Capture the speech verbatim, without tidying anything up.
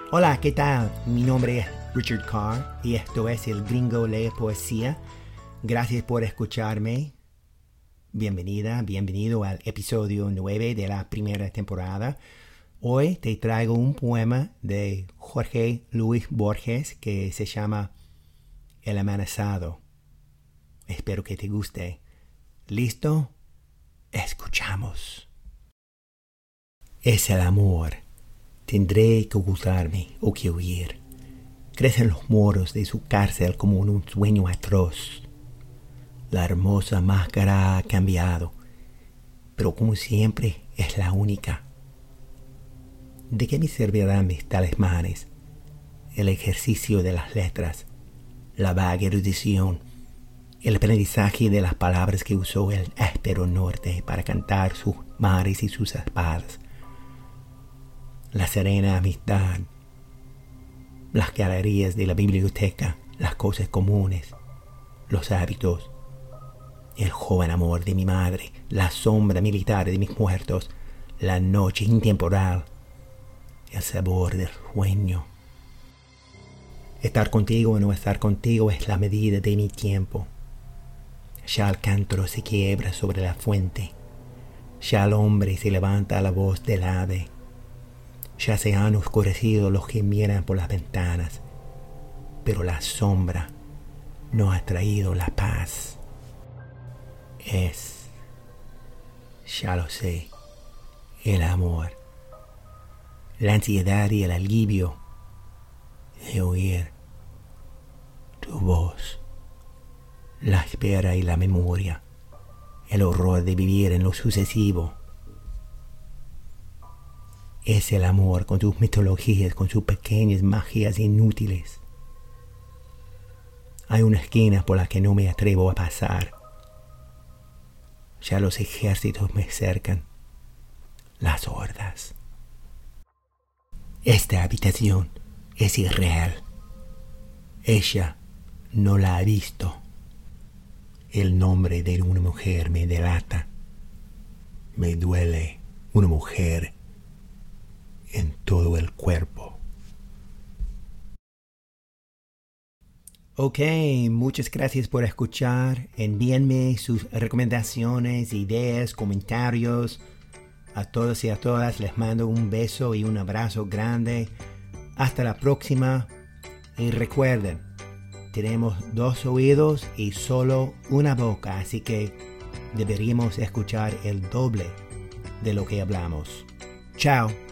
Hola, ¿qué tal? Mi nombre es Richard Carr y esto es El Gringo Lee Poesía. Gracias por escucharme. Bienvenida, bienvenido al episodio nueve de la primera temporada. Hoy te traigo un poema de Jorge Luis Borges que se llama El Amenazado. Espero que te guste. ¿Listo? Escuchamos. Es el amor. Tendré que ocultarme o que huir. Crecen los muros de su cárcel como en un sueño atroz. La hermosa máscara ha cambiado, pero como siempre es la única. ¿De qué me servirán mis talismanes? El ejercicio de las letras, la vaga erudición, el aprendizaje de las palabras que usó el áspero norte para cantar sus mares y sus espadas. La serena amistad, las galerías de la biblioteca, las cosas comunes, los hábitos, el joven amor de mi madre, la sombra militar de mis muertos, la noche intemporal, el sabor del sueño. Estar contigo o no estar contigo es la medida de mi tiempo. Ya el cántaro se quiebra sobre la fuente, ya el hombre se levanta a la voz del ave. Ya se han oscurecido los que miran por las ventanas, pero la sombra no ha traído la paz. Es, ya lo sé, el amor, la ansiedad y el alivio de oír tu voz, la espera y la memoria, el horror de vivir en lo sucesivo. Es el amor con sus mitologías, con sus pequeñas magias inútiles. Hay una esquina por la que no me atrevo a pasar. Ya los ejércitos me cercan, las hordas. Esta habitación es irreal. Ella no la ha visto. El nombre de una mujer me delata. Me duele una mujer en todo el cuerpo. Ok, muchas gracias por escuchar. Envíenme sus recomendaciones, ideas, comentarios. A todos y a todas les mando un beso y un abrazo grande. Hasta la próxima. Y recuerden, tenemos dos oídos y solo una boca, así que deberíamos escuchar el doble de lo que hablamos. Chao.